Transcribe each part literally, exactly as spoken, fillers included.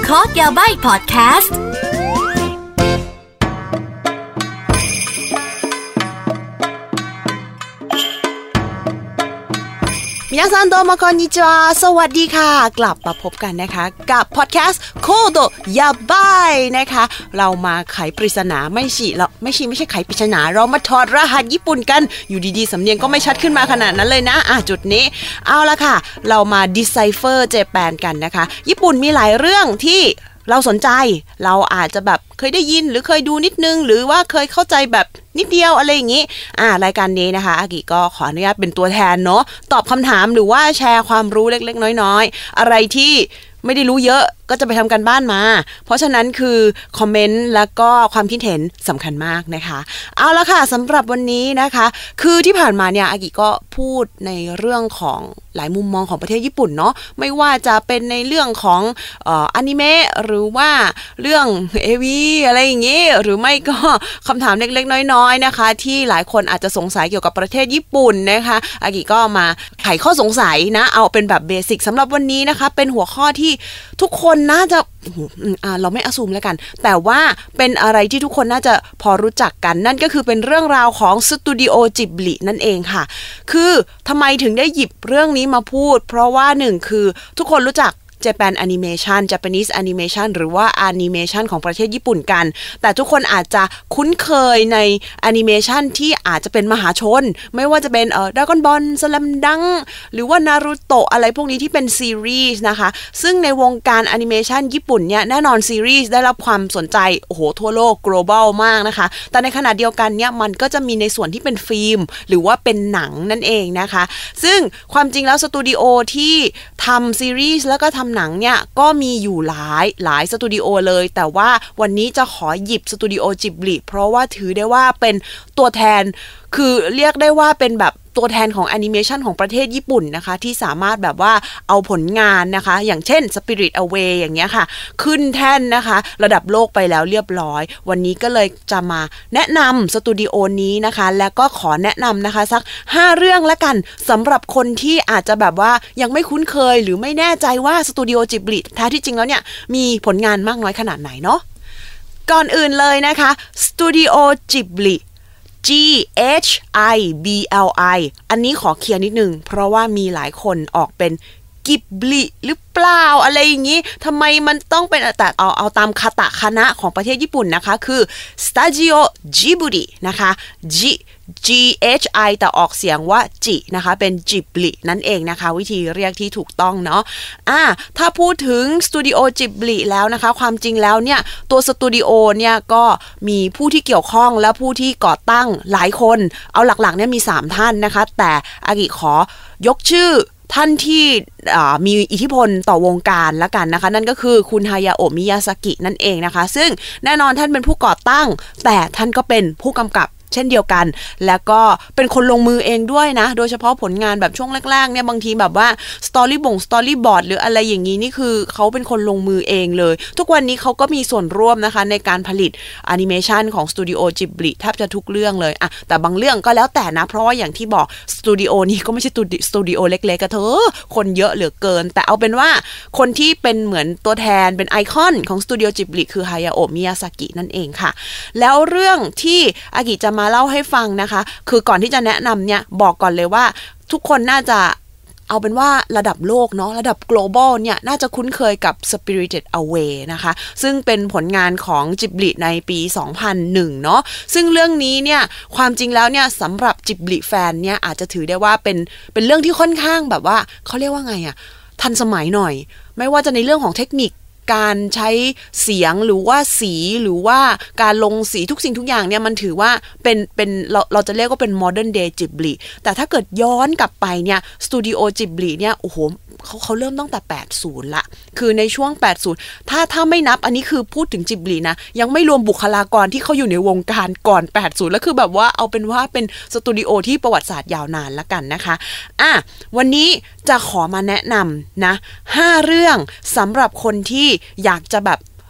คอร์สยาใบพอดแคสต์มินาซันโดโมคอนนิจวาสวัสดีค่ะกลับมาพบกันนะคะกับพอดแคสต์โคโดยาบายนะคะเรามาไขปริศนาไม่ใช่เราไม่ใช่ไม่ใช่ไขปริศนาเรามาถอดรหัสญี่ปุ่นกันอยู่ดีๆสำเนียงก็ไม่ชัดขึ้นมาขนาดนั้นเลยนะอ่ะจุดนี้เอาละค่ะเรามา Decipher Japan กันนะคะญี่ปุ่นมีหลายเรื่องที่เราสนใจเราอาจจะแบบเคยได้ยินหรือเคยดูนิดนึงหรือว่าเคยเข้าใจแบบนิดเดียวอะไรอย่างนี้อ่ารายการนี้นะคะอากิก็ขออนุญาตเป็นตัวแทนเนาะตอบคำถามหรือว่าแชร์ความรู้เล็กๆน้อยๆอะไรที่ไม่ได้รู้เยอะก็จะไปทำกันบ้านมาเพราะฉะนั้นคือคอมเมนต์แล้วก็ความคิดเห็นสำคัญมากนะคะเอาละค่ะสำหรับวันนี้นะคะคือที่ผ่านมาเนี่ยอากิก็พูดในเรื่องของหลายมุมมองของประเทศญี่ปุ่นเนาะไม่ว่าจะเป็นในเรื่องของเอ่ออนิเมะหรือว่าเรื่อง เอ วี อะไรอย่างงี้หรือไม่ก็คำถามเล็กๆน้อยๆนะคะที่หลายคนอาจจะสงสัยเกี่ยวกับประเทศญี่ปุ่นนะคะอากิก็มาไขข้อสงสัยนะเอาเป็นแบบเบสิกสำหรับวันนี้นะคะเป็นหัวข้อที่ทุกคนน่าจะอ่าเราไม่อซูมแล้วกันแต่ว่าเป็นอะไรที่ทุกคนน่าจะพอรู้จักกันนั่นก็คือเป็นเรื่องราวของสตูดิโอจิบลินั่นเองค่ะคือทำไมถึงได้หยิบเรื่องนี้มาพูดเพราะว่าหนึ่งคือทุกคนรู้จักJapan Animation Japanese Animation หรือว่า Animation ของประเทศญี่ปุ่นกันแต่ทุกคนอาจจะคุ้นเคยใน Animation ที่อาจจะเป็นมหาชนไม่ว่าจะเป็นเอ่อ Dragon Ball Slam Dunk หรือว่า Naruto อะไรพวกนี้ที่เป็นซีรีส์นะคะซึ่งในวงการ Animation ญี่ปุ่นเนี่ยแน่นอนซีรีส์ได้รับความสนใจโอ้โหทั่วโลก global มากนะคะแต่ในขณะเดียวกันเนี่ยมันก็จะมีในส่วนที่เป็นฟิล์มหรือว่าเป็นหนังนั่นเองนะคะซึ่งความจริงแล้วสตูดิโอที่ทำซีรีส์แล้วก็ทำหนังเนี่ยก็มีอยู่หลายหลายสตูดิโอเลยแต่ว่าวันนี้จะขอหยิบสตูดิโอจิบลิเพราะว่าถือได้ว่าเป็นตัวแทนคือเรียกได้ว่าเป็นแบบตัวแทนของแอนิเมชันของประเทศญี่ปุ่นนะคะที่สามารถแบบว่าเอาผลงานนะคะอย่างเช่น Spirit Away อย่างเงี้ยค่ะขึ้นแท่นนะคะระดับโลกไปแล้วเรียบร้อยวันนี้ก็เลยจะมาแนะนำสตูดิโอนี้นะคะแล้วก็ขอแนะนำนะคะสักห้าเรื่องละกันสำหรับคนที่อาจจะแบบว่ายังไม่คุ้นเคยหรือไม่แน่ใจว่าสตูดิโอจิบลิแท้ที่จริงแล้วเนี่ยมีผลงานมากน้อยขนาดไหนเนาะก่อนอื่นเลยนะคะสตูดิโอจิบลิG H I B L I อันนี้ขอเคลียร์นิดนึงเพราะว่ามีหลายคนออกเป็นกิบลิหรือเปล่าอะไรอย่างนี้ทำไมมันต้องเป็นแต่เอาเอาตามคาตะคณะของประเทศญี่ปุ่นนะคะคือสตูดิโอจิบุรินะคะ G G H I แต่ออกเสียงว่าจินะคะเป็นจิบลินั่นเองนะคะวิธีเรียกที่ถูกต้องเนาะอ่าถ้าพูดถึงสตูดิโอจิบลิแล้วนะคะความจริงแล้วเนี่ยตัวสตูดิโอเนี่ยก็มีผู้ที่เกี่ยวข้องและผู้ที่ก่อตั้งหลายคนเอาหลักๆเนี่ยมีสามท่านนะคะแต่อากิขอยกชื่อท่านที่มีอิทธิพลต่อวงการละกันนะคะนั่นก็คือคุณฮายาโอะมิยาซากินั่นเองนะคะซึ่งแน่นอนท่านเป็นผู้ก่อตั้งแต่ท่านก็เป็นผู้กำกับเช่นเดียวกันแล้วก็เป็นคนลงมือเองด้วยนะโดยเฉพาะผลงานแบบช่วงแรกๆเนี่ยบางทีแบบว่าสตอรี่บ่งสตอรี่บอร์ดหรืออะไรอย่างนี้นี่คือเขาเป็นคนลงมือเองเลยทุกวันนี้เขาก็มีส่วนร่วมนะคะในการผลิตแอนิเมชันของสตูดิโอจิบลิแทบจะทุกเรื่องเลยอะแต่บางเรื่องก็แล้วแต่นะเพราะว่าอย่างที่บอกสตูดิโอนี้ก็ไม่ใช่สตูดิโอเล็กๆกันเถอะคนเยอะเหลือเกินแต่เอาเป็นว่าคนที่เป็นเหมือนตัวแทนเป็นไอคอนของสตูดิโอจิบลิคือฮายาโอะมิยาซากินั่นเองค่ะแล้วเรื่องที่อากิจะมาเล่าให้ฟังนะคะคือก่อนที่จะแนะนำเนี่ยบอกก่อนเลยว่าทุกคนน่าจะเอาเป็นว่าระดับโลกเนาะระดับ global เนี่ยน่าจะคุ้นเคยกับ Spirited Away นะคะซึ่งเป็นผลงานของจิบลิในปีสองพันหนึ่งเนาะซึ่งเรื่องนี้เนี่ยความจริงแล้วเนี่ยสำหรับจิบลิแฟนเนี่ยอาจจะถือได้ว่าเป็นเป็นเรื่องที่ค่อนข้างแบบว่าเขาเรียกว่าไงอะทันสมัยหน่อยไม่ว่าจะในเรื่องของเทคนิคการใช้เสียงหรือว่าสีหรือว่าการลงสีทุกสิ่งทุกอย่างเนี่ยมันถือว่าเป็นเป็นเราเราจะเรียกว่าเป็น modern day จิบลิแต่ถ้าเกิดย้อนกลับไปเนี่ยสตูดิโอจิบลิเนี่ยโอ้โหเขาเขาเริ่มตั้งแต่แปดสิบละคือในช่วงแปดสิบถ้าถ้าไม่นับอันนี้คือพูดถึงจิบลินะยังไม่รวมบุคลากรที่เขาอยู่ในวงการก่อนแปดสิบแล้วคือแบบว่าเอาเป็นว่าเป็นสตูดิโอที่ประวัติศาสตร์ยาวนานละกันนะคะอ่ะวันนี้จะขอมาแนะนำนะห้าเรื่องสำหรับคนที่อยากจะแบบ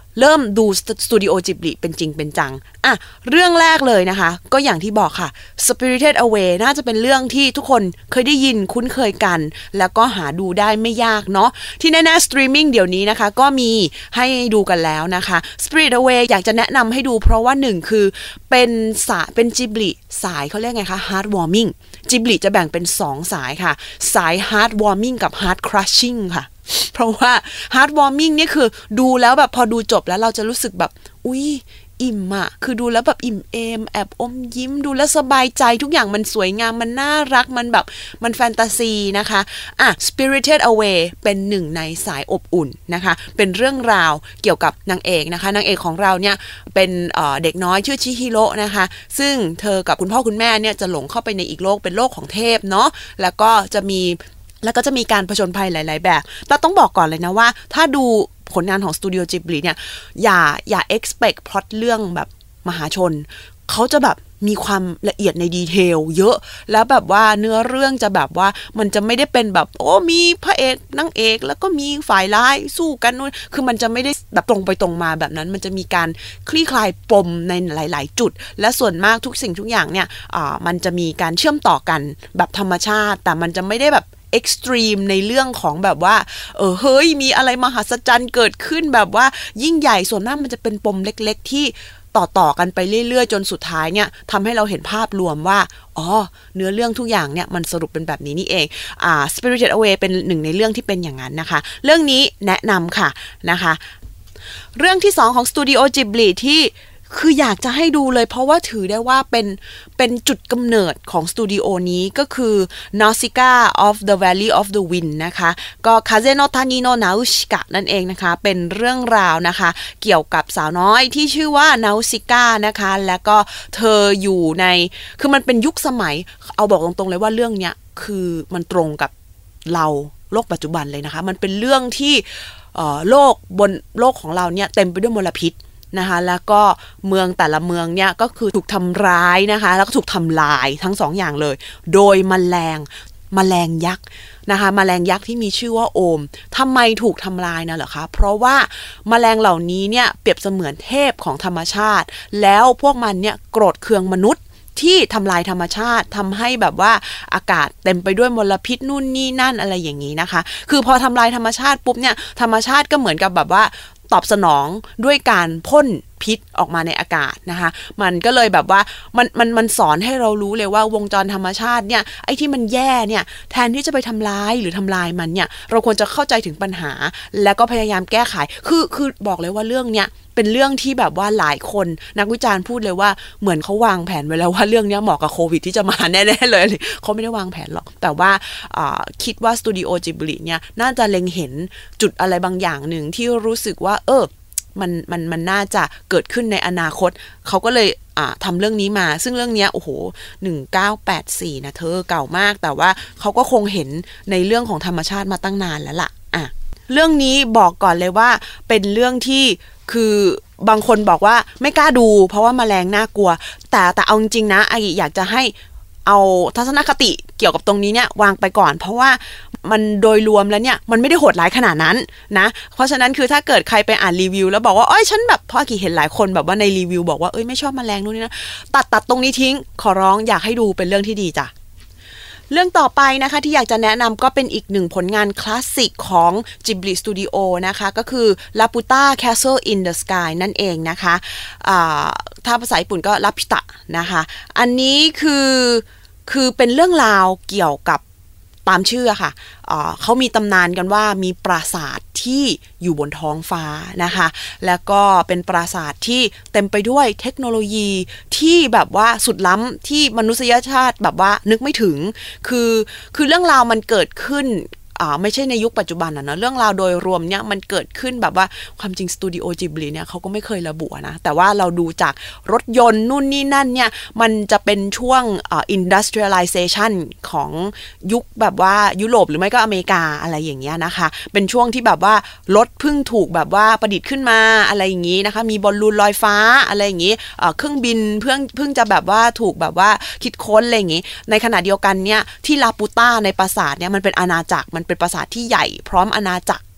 เริ่มดูสตูดิโอจิบลิเป็นจริงเป็นจังอ่ะเรื่องแรกเลยนะคะก็อย่างที่บอกค่ะ Spirited Away น่าจะเป็นเรื่องที่ทุกคนเคยได้ยินคุ้นเคยกันแล้วก็หาดูได้ไม่ยากเนาะที่แน่ๆสตรีมมิ่งเดี๋ยวนี้นะคะก็มีให้ดูกันแล้วนะคะ Spirited Away อยากจะแนะนำให้ดูเพราะว่าหนึ่งคือเป็นสายเป็นจิบลิสายเขาเรียกไงคะ Heartwarming จิบลิจะแบ่งเป็นสองสายค่ะสาย Heartwarming กับ Heart Crushing ค่ะเพราะว่า Heartwarming เนี่ยคือดูแล้วแบบพอดูจบแล้วเราจะรู้สึกแบบอุ๊ยอิ่มอะคือดูแล้วแบบอิ่มเอมแอบอมยิ้มดูแล้วสบายใจทุกอย่างมันสวยงามมันน่ารักมันแบบมันแฟนตาซีนะคะอ่ะ Spirited Away เป็นหนึ่งในสายอบอุ่นนะคะเป็นเรื่องราวเกี่ยวกับนางเอกนะคะนางเอกของเราเนี่ยเป็นเอ่อเด็กน้อยชื่อชิฮิโร่นะคะซึ่งเธอกับคุณพ่อคุณแม่เนี่ยจะหลงเข้าไปในอีกโลกเป็นโลกของเทพเนาะแล้วก็จะมีแล้วก็จะมีการผจญภัยหลายๆแบบแต่ต้องบอกก่อนเลยนะว่าถ้าดูผลงานของสตูดิโอจิบลิเนี่ยอย่าอย่า expect พล็อตเรื่องแบบมหาชนเขาจะแบบมีความละเอียดในดีเทลเยอะแล้วแบบว่าเนื้อเรื่องจะแบบว่ามันจะไม่ได้เป็นแบบโอ้มีพระเอกนางเอกแล้วก็มีฝ่ายร้ายสู้กันนู่นคือมันจะไม่ได้แบบตรงไปตรงมาแบบนั้นมันจะมีการคลี่คลายปมในหลายๆจุดและส่วนมากทุกสิ่งทุกอย่างเนี่ยอ่ามันจะมีการเชื่อมต่อกันแบบธรรมชาติแต่มันจะไม่ได้แบบเอ็กซ์ตรีมในเรื่องของแบบว่าเออเฮ้ยมีอะไรมหัศจรรย์เกิดขึ้นแบบว่ายิ่งใหญ่ส่วนมากมันจะเป็นปมเล็กๆที่ต่อๆกันไปเรื่อยๆจนสุดท้ายเนี่ยทำให้เราเห็นภาพรวมว่าอ๋อเนื้อเรื่องทุกอย่างเนี่ยมันสรุปเป็นแบบนี้นี่เองอ่า Spirited Away เป็นหนึ่งในเรื่องที่เป็นอย่างนั้นนะคะเรื่องนี้แนะนำค่ะนะคะเรื่องที่สองของสตูดิโอจิบลิที่คืออยากจะให้ดูเลยเพราะว่าถือได้ว่าเป็นเป็นจุดกำเนิดของสตูดิโอนี้ก็คือ Nausicaa of the Valley of the Wind นะคะก็ Kaze no Tani no Nausicaa นั่นเองนะคะเป็นเรื่องราวนะคะเกี่ยวกับสาวน้อยที่ชื่อว่า Nausicaa นะคะแล้วก็เธออยู่ในคือมันเป็นยุคสมัยเอาบอกตรงๆเลยว่าเรื่องเนี้ยคือมันตรงกับเราโลกปัจจุบันเลยนะคะมันเป็นเรื่องที่เอ่อโลกบนโลกของเราเนี่ยเต็มไปด้วยมลพิษนะคะแล้วก็เมืองแต่ละเมืองเนี่ยก็คือถูกทำร้ายนะคะแล้วก็ถูกทำลายทั้งสองอย่างเลยโดยแมลงแมลงยักษ์นะคะแมลงยักษ์ที่มีชื่อว่าโอมทำไมถูกทำลายนะเหรอคะเพราะว่าแมลงเหล่านี้เนี่ยเปรียบเสมือนเทพของธรรมชาติแล้วพวกมันเนี่ยโกรธเคืองมนุษย์ที่ทำลายธรรมชาติทำให้แบบว่าอากาศเต็มไปด้วยมลพิษนู่นนี่นั่นอะไรอย่างนี้นะคะคือพอทำลายธรรมชาติปุ๊บเนี่ยธรรมชาติก็เหมือนกับแบบว่าตอบสนองด้วยการพ่นพิษออกมาในอากาศนะคะมันก็เลยแบบว่ามันมันมันสอนให้เรารู้เลยว่าวงจรธรรมชาติเนี่ยไอ้ที่มันแย่เนี่ยแทนที่จะไปทำร้ายหรือทำลายมันเนี่ยเราควรจะเข้าใจถึงปัญหาแล้วก็พยายามแก้ไขคือคือบอกเลยว่าเรื่องเนี้ยเป็นเรื่องที่แบบว่าหลายคนนักวิจารณ์พูดเลยว่าเหมือนเขาวางแผนไว้แล้วว่าเรื่องนี้เหมาะกับโควิดที่จะมาแน่ๆเลยเขาไม่ได้วางแผนหรอกแต่ว่าคิดว่าสตูดิโอจิบลิเนี่ยน่าจะเล็งเห็นจุดอะไรบางอย่างหนึ่งที่รู้สึกว่าเออมันมันมันน่าจะเกิดขึ้นในอนาคตเขาก็เลยทำเรื่องนี้มาซึ่งเรื่องนี้โอ้โหหนึ่งพันเก้าร้อยแปดสิบสี่นะเธอเก่ามากแต่ว่าเขาก็คงเห็นในเรื่องของธรรมชาติมาตั้งนานแล้วล่ะอ่ะเรื่องนี้บอกก่อนเลยว่าเป็นเรื่องที่คือบางคนบอกว่าไม่กล้าดูเพราะว่าแมลงน่ากลัวแต่แต่เอาจริงๆนะไออยากจะให้เอาทัศนคติเกี่ยวกับตรงนี้เนี่ยวางไปก่อนเพราะว่ามันโดยรวมแล้วเนี่ยมันไม่ได้โหดร้ายขนาดนั้นนะเพราะฉะนั้นคือถ้าเกิดใครไปอ่านรีวิวแล้วบอกว่าเอ้ยฉันแบบเพราะกี่เห็นหลายคนแบบว่าในรีวิวบอกว่าเอ้ยไม่ชอบแมลงนู่นนี่นะตัดตัดตรงนี้ทิ้งขอร้องอยากให้ดูเป็นเรื่องที่ดีจ้ะเรื่องต่อไปนะคะที่อยากจะแนะนำก็เป็นอีกหนึ่งผลงานคลาสสิกของ Ghibli Studio นะคะก็คือ Laputa Castle in the Sky นั่นเองนะคะะถ้าภาษาญี่ปุ่นก็ Laputa นะคะอันนี้คือคือเป็นเรื่องราวเกี่ยวกับตามชื่อค่ะเขามีตำนานกันว่ามีปราสาทที่อยู่บนท้องฟ้านะคะแล้วก็เป็นปราสาทที่เต็มไปด้วยเทคโนโลยีที่แบบว่าสุดล้ำที่มนุษยชาติแบบว่านึกไม่ถึงคือคือเรื่องราวมันเกิดขึ้นอ่าไม่ใช่ในยุคปัจจุบันนะเรื่องราวโดยรวมเนี่ยมันเกิดขึ้นแบบว่าความจริงสตูดิโอจิบลิเนี่ยเขาก็ไม่เคยระบุนะแต่ว่าเราดูจากรถยนต์นู่นนี่นั่นเนี่ยมันจะเป็นช่วงอ่า industrialization ของยุคแบบว่ายุโรปหรือไม่ก็อเมริกาอะไรอย่างเงี้ยนะคะเป็นช่วงที่แบบว่ารถเพิ่งถูกแบบว่าประดิษฐ์ขึ้นมาอะไรอย่างงี้นะคะมีบอลลูนลอยฟ้าอะไรอย่างงี้อ่าเครื่องบินเพิ่งเพิ่งจะแบบว่าถูกแบบว่าคิดค้นอะไรอย่างงี้ในขณะเดียวกันเนี่ยที่ลาปูต้าในปราสาทเนี่ยมันเป็นอาณาจักรมันเป็นปราสาทที่ใหญ่พร้อมอาณาจักร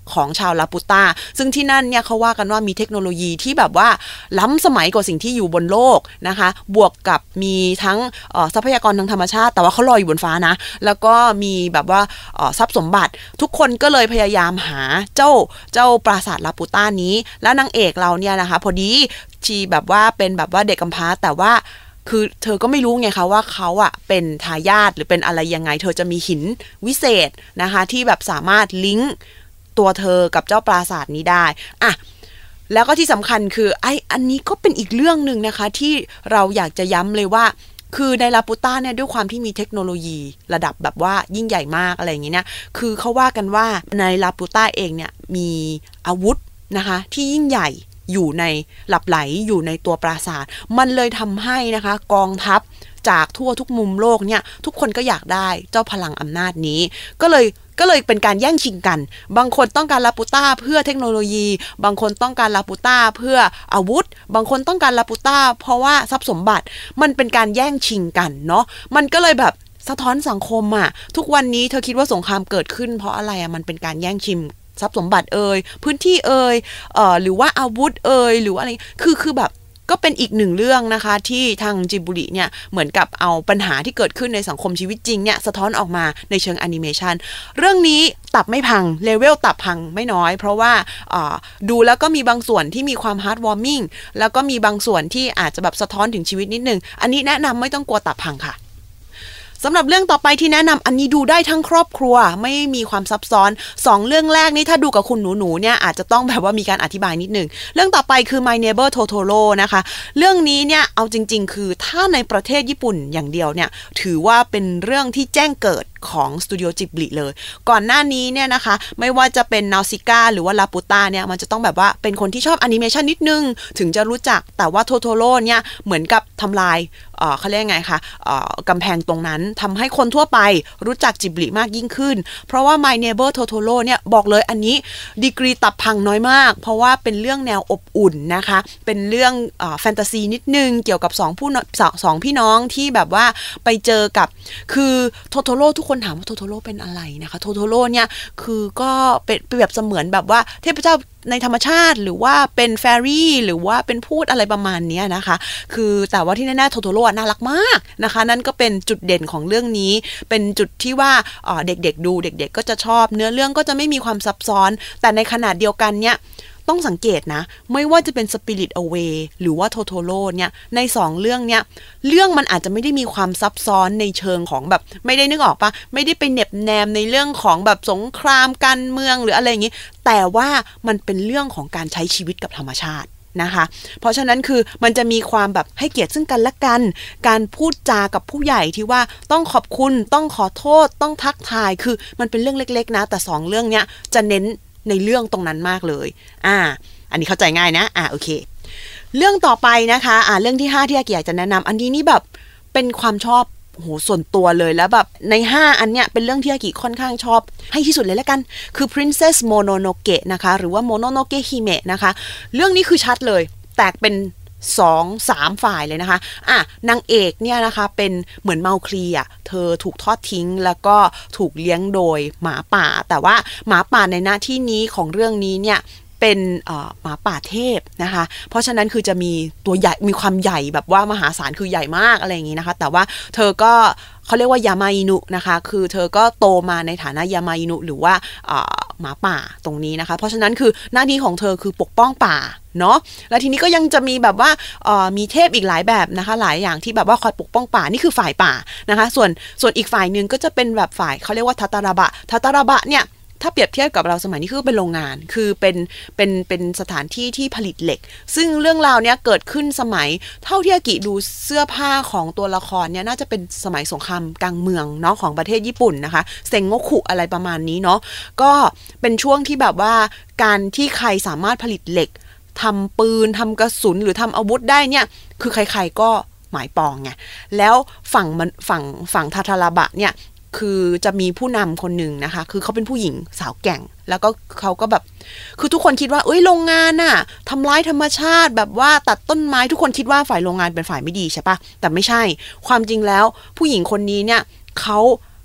ของชาวลาปูต้าซึ่งที่นั่นเนี่ยเขาว่ากันว่ามีเทคโนโลยีที่แบบว่าล้ำสมัยกว่าสิ่งที่อยู่บนโลกนะคะบวกกับมีทั้งทรัพยากรทางธรรมชาติแต่ว่าเขาลอยอยู่บนฟ้านะแล้วก็มีแบบว่าทรัพย์สมบัติทุกคนก็เลยพยายามหาเจ้าเจ้าปราสาทลาปูต้านี้แล้วนางเอกเราเนี่ยนะคะพอดีชีแบบว่าเป็นแบบว่าเด็กกำพร้าแต่ว่าคือเธอก็ไม่รู้ไงคะว่าเขาอะเป็นทายาทหรือเป็นอะไรยังไงเธอจะมีหินวิเศษนะคะที่แบบสามารถลิงก์ตัวเธอกับเจ้าปราสาทนี้ได้อะแล้วก็ที่สำคัญคือไอ้อันนี้ก็เป็นอีกเรื่องนึงนะคะที่เราอยากจะย้ำเลยว่าคือในลาปูต้าเนี่ยด้วยความที่มีเทคโนโลยีระดับแบบว่ายิ่งใหญ่มากอะไรอย่างเงี้ยคือเขาว่ากันว่าในลาปูต้าเองเนี่ยมีอาวุธนะคะที่ยิ่งใหญ่อยู่ในหลับไหลอยู่ในตัวปราสาทมันเลยทำให้นะคะกองทัพจากทั่วทุกมุมโลกเนี่ยทุกคนก็อยากได้เจ้าพลังอำนาจนี้ก็เลยก็เลยเป็นการแย่งชิงกันบางคนต้องการลาปูต้าเพื่อเทคโนโลยีบางคนต้องการลาปูต้าเพื่ออาวุธบางคนต้องการลาปูต้าเพราะว่าทรัพย์สมบัติมันเป็นการแย่งชิงกันเนาะมันก็เลยแบบสะท้อนสังคมอะทุกวันนี้เธอคิดว่าสงครามเกิดขึ้นเพราะอะไรอะมันเป็นการแย่งชิงทรัพย์สมบัติเอ่ยพื้นที่เอ่ยเอ่อหรือว่าอาวุธเอ่ยหรืออะไรคือคือแบบก็เป็นอีกหนึ่งเรื่องนะคะที่ทางจิบุริเนี่ยเหมือนกับเอาปัญหาที่เกิดขึ้นในสังคมชีวิตจริงเนี่ยสะท้อนออกมาในเชิงแอนิเมชันเรื่องนี้ตับไม่พังเลเวลตับพังไม่น้อยเพราะว่าดูแล้วก็มีบางส่วนที่มีความฮาร์ดวอร์มิ่งแล้วก็มีบางส่วนที่อาจจะแบบสะท้อนถึงชีวิตนิดนึงอันนี้แนะนำไม่ต้องกลัวตับพังค่ะสำหรับเรื่องต่อไปที่แนะนำอันนี้ดูได้ทั้งครอบครัวไม่มีความซับซ้อนสองเรื่องแรกนี้ถ้าดูกับคุณหนูๆเนี่ยอาจจะต้องแบบว่ามีการอธิบายนิดนึงเรื่องต่อไปคือ My Neighbor Totoro นะคะเรื่องนี้เนี่ยเอาจริงๆคือถ้าในประเทศญี่ปุ่นอย่างเดียวเนี่ยถือว่าเป็นเรื่องที่แจ้งเกิดของสตูดิโอจิบลิเลยก่อนหน้านี้เนี่ยนะคะไม่ว่าจะเป็นนาซิก้าหรือว่าลาปูต้าเนี่ยมันจะต้องแบบว่าเป็นคนที่ชอบแอนิเมชันนิดนึงถึงจะรู้จักแต่ว่าโทโทโร่เนี่ยเหมือนกับทำลายเอ่อเขาเรียกไงคะเอ่อกำแพงตรงนั้นทำให้คนทั่วไปรู้จักจิบลิมากยิ่งขึ้นเพราะว่า My Neighbor Totoro เนี่ยบอกเลยอันนี้ดีกรีตับพังน้อยมากเพราะว่าเป็นเรื่องแนวอบอุ่นนะคะเป็นเรื่องเอ่อแฟนตาซีนิดนึงเกี่ยวกับสองผู้สองพี่น้องที่แบบว่าไปเจอกับคือโทโทโร่ทุกคนถามว่าโทโทโร่เป็นอะไรนะคะโทโทโร่เนี่ยคือก็เป็นแบบเสมือนแบบว่าเทพเจ้าในธรรมชาติหรือว่าเป็นแฟรี่หรือว่าเป็นพูดอะไรประมาณนี้นะคะคือแต่ว่าที่แน่ๆโทโทโร่น่ารักมากนะคะนั่นก็เป็นจุดเด่นของเรื่องนี้เป็นจุดที่ว่าเด็กๆดูเด็กๆก็จะชอบเนื้อเรื่องก็จะไม่มีความซับซ้อนแต่ในขณะเดียวกันเนี่ยต้องสังเกตนะไม่ว่าจะเป็น Spirit Away หรือว่า Totoro เนี่ยในสองเรื่องเนี่ยเรื่องมันอาจจะไม่ได้มีความซับซ้อนในเชิงของแบบไม่ได้นึกออกปะไม่ได้ไปเน็บแนมในเรื่องของแบบสงครามการเมืองหรืออะไรอย่างงี้แต่ว่ามันเป็นเรื่องของการใช้ชีวิตกับธรรมชาตินะคะเพราะฉะนั้นคือมันจะมีความแบบให้เกียรติซึ่งกันและกันการพูดจากับผู้ใหญ่ที่ว่าต้องขอบคุณต้องขอโทษต้องทักทายคือมันเป็นเรื่องเล็กๆนะแต่สองเรื่องเนี้ยจะเน้นในเรื่องตรงนั้นมากเลยอ่าอันนี้เข้าใจง่ายนะอ่าโอเคเรื่องต่อไปนะคะอ่าเรื่องที่ห้าที่อากิอยากจะแนะนำอันนี้นี่แบบเป็นความชอบโหส่วนตัวเลยแล้วแบบในห้าอันเนี้ยเป็นเรื่องที่อากิค่อนข้างชอบให้ที่สุดเลยแล้วกันคือ Princess Mononoke นะคะหรือว่า Mononoke Hime นะคะเรื่องนี้คือชัดเลยแตกเป็นสอง สามฝ่ายเลยนะคะอ่ะนางเอกเนี่ยนะคะเป็นเหมือนเมาคลีอ่ะเธอถูกทอดทิ้งแล้วก็ถูกเลี้ยงโดยหมาป่าแต่ว่าหมาป่าในหน้าที่นี้ของเรื่องนี้เนี่ยเป็นหมาป่าเทพนะคะเพราะฉะนั้นคือจะมีตัวใหญ่มีความใหญ่แบบว่ามหาศาลคือใหญ่มากอะไรอย่างนี้นะคะแต่ว่าเธอก็เขาเรียกว่ายามาอินุนะคะคือเธอก็โตมาในฐานะยามาอินุหรือว่าหมาป่าตรงนี้นะคะเพราะฉะนั้นคือหน้าที่ของเธอคือปกป้องป่าเนาะแล้วทีนี้ก็ยังจะมีแบบว่ามีเทพอีกหลายแบบนะคะหลายอย่างที่แบบว่าคอยปกป้องป่านี่คือฝ่ายป่านะคะส่วนส่วนอีกฝ่ายนึงก็จะเป็นแบบฝ่ายเขาเรียกว่าทัตตาระบะทัตตาระบะเนี่ยถ้าเปรียบเทียบกับเราสมัยนี้คือเป็นโรงงานคือเป็นเป็นเป็นสถานที่ที่ผลิตเหล็กซึ่งเรื่องราวเนี้ยเกิดขึ้นสมัยเท่าที่อากิดูเสื้อผ้าของตัวละครเนี่ยน่าจะเป็นสมัยสงครามกลางเมืองเนาะของประเทศญี่ปุ่นนะคะเซ็งโงคุอะไรประมาณนี้เนาะก็เป็นช่วงที่แบบว่าการที่ใครสามารถผลิตเหล็กทำปืนทำกระสุนหรือทำอาวุธได้เนี่ยคือใครๆก็หมายปองไงแล้วฝั่งมันฝั่งฝั่งทาทาราบะเนี่ยคือจะมีผู้นำคนหนึ่งนะคะคือเขาเป็นผู้หญิงสาวแก่งแล้วก็เขาก็แบบคือทุกคนคิดว่าเอ้ยโรงงานน่ะทำร้ายธรรมชาติแบบว่าตัดต้นไม้ทุกคนคิดว่าฝ่ายโรงงานเป็นฝ่ายไม่ดีใช่ปะแต่ไม่ใช่ความจริงแล้วผู้หญิงคนนี้เนี่ยเขา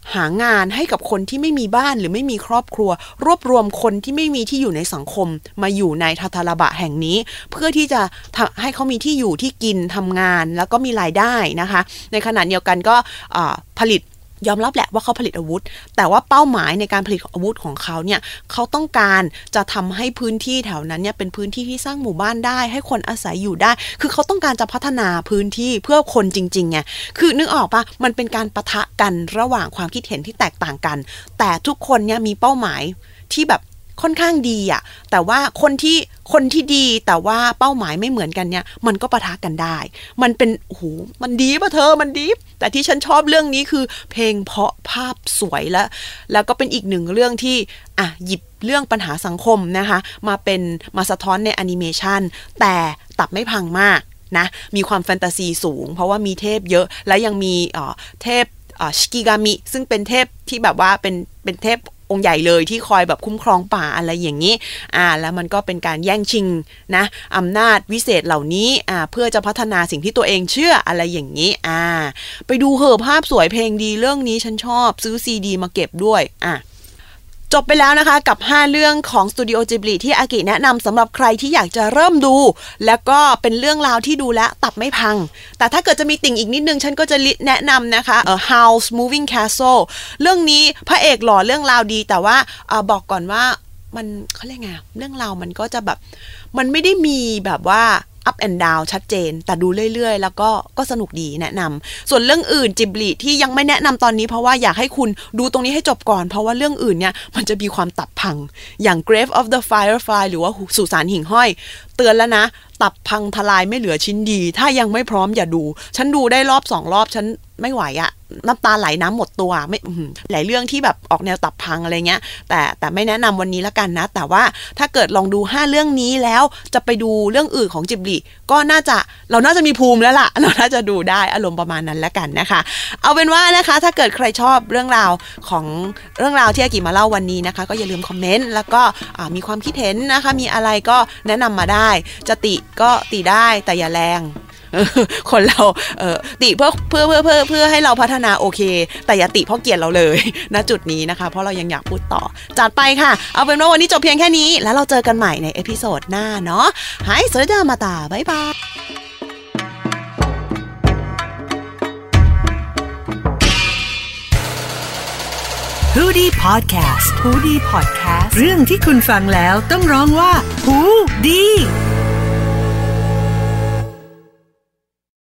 หางานให้กับคนที่ไม่มีบ้านหรือไม่มีครอบครัวรวบรวมคนที่ไม่มีที่อยู่ในสังคมมาอยู่ในทาทาราบะแห่งนี้เพื่อที่จะให้เขามีที่อยู่ที่กินทำงานแล้วก็มีรายได้นะคะในขณะเดียวกันก็ผลิตยอมรับแหละว่าเขาผลิตอาวุธแต่ว่าเป้าหมายในการผลิตอาวุธของเขาเนี่ยเขาต้องการจะทำให้พื้นที่แถวนั้นเนี่ยเป็นพื้นที่ที่สร้างหมู่บ้านได้ให้คนอาศัยอยู่ได้คือเขาต้องการจะพัฒนาพื้นที่เพื่อคนจริงๆไงคือนึกออกปะมันเป็นการปะทะกันระหว่างความคิดเห็นที่แตกต่างกันแต่ทุกคนเนี่ยมีเป้าหมายที่แบบค่อนข้างดีอ่ะแต่ว่าคนที่คนที่ดีแต่ว่าเป้าหมายไม่เหมือนกันเนี่ยมันก็ปะทะกันได้มันเป็นโอ้โหมันดีป่ะเธอมันดีแต่ที่ฉันชอบเรื่องนี้คือเพลงเพราะภาพสวยแล้วแล้วก็เป็นอีกหนึ่งเรื่องที่อ่ะหยิบเรื่องปัญหาสังคมนะคะมาเป็นมาสะท้อนในแอนิเมชันแต่ตับไม่พังมากนะมีความแฟนตาซีสูงเพราะว่ามีเทพเยอะและยังมีเอ่อเทพชิกิกามิซึ่งเป็นเทพที่แบบว่าเป็นเป็นเทพองค์ใหญ่เลยที่คอยแบบคุ้มครองป่าอะไรอย่างนี้อ่าแล้วมันก็เป็นการแย่งชิงนะอำนาจวิเศษเหล่านี้อ่าเพื่อจะพัฒนาสิ่งที่ตัวเองเชื่ออะไรอย่างนี้อ่าไปดูเหอะภาพสวยเพลงดีเรื่องนี้ฉันชอบซื้อซีดีมาเก็บด้วยอ่ะจบไปแล้วนะคะกับห้าเรื่องของสตูดิโอจิบลิที่อากิแนะนำสำหรับใครที่อยากจะเริ่มดูแล้วก็เป็นเรื่องราวที่ดูแล้วตับไม่พังแต่ถ้าเกิดจะมีติ่งอีกนิดนึงฉันก็จะแนะนำนะคะเอ่อ House Moving Castle เรื่องนี้พระเอกหล่อเรื่องราวดีแต่ว่าเอ่อบอกก่อนว่ามันเขาเรียกไงเรื่องราวมันก็จะแบบมันไม่ได้มีแบบว่าup and down ชัดเจนแต่ดูเรื่อยๆแล้วก็ก็สนุกดีแนะนำส่วนเรื่องอื่นจิบลิที่ยังไม่แนะนำตอนนี้เพราะว่าอยากให้คุณดูตรงนี้ให้จบก่อนเพราะว่าเรื่องอื่นเนี่ยมันจะมีความตับพังอย่าง Grave of the Firefly หรือว่าสุสานหิ่งห้อยเตือนแล้วนะตับพังทลายไม่เหลือชิ้นดีถ้ายังไม่พร้อมอย่าดูฉันดูได้รอบสองรอบฉันไม่ไหวอะน้ำตาไหลน้ำหมดตัวไม่หลายเรื่องที่แบบออกแนวตับพังอะไรเงี้ยแต่แต่ไม่แนะนำวันนี้ละกันนะแต่ว่าถ้าเกิดลองดูห้าเรื่องนี้แล้วจะไปดูเรื่องอื่นของจิบลิก็น่าจะเราน่าจะมีภูมิแล้วล่ะเราน่าจะดูได้อารมณ์ประมาณนั้นละกันนะคะเอาเป็นว่านะคะถ้าเกิดใครชอบเรื่องราวของเรื่องราวที่อากิมาเล่าวันนี้นะคะก็อย่าลืมคอมเมนต์แล้วก็มีความคิดเห็นนะคะมีอะไรก็แนะนำมาได้จะติก็ติได้แต่อย่าแรงคนเราเอ่อติเพื่อเพื่อเพื่อเพื่อเพื่อให้เราพัฒนาโอเคแต่อย่าติเพราะเกลียดเราเลยณจุดนี้นะคะเพราะเรายังอยากพูดต่อจัดไปค่ะเอาเป็นว่าวันนี้จบเพียงแค่นี้แล้วเราเจอกันใหม่ในเอพิโซดหน้าเนาะไฮสวัสดีมาตาบ๊ายบายฮูดี้พอดแคสต์ฮูดี้พอดแคสต์เรื่องที่คุณฟังแล้วต้องร้องว่าฮูดี้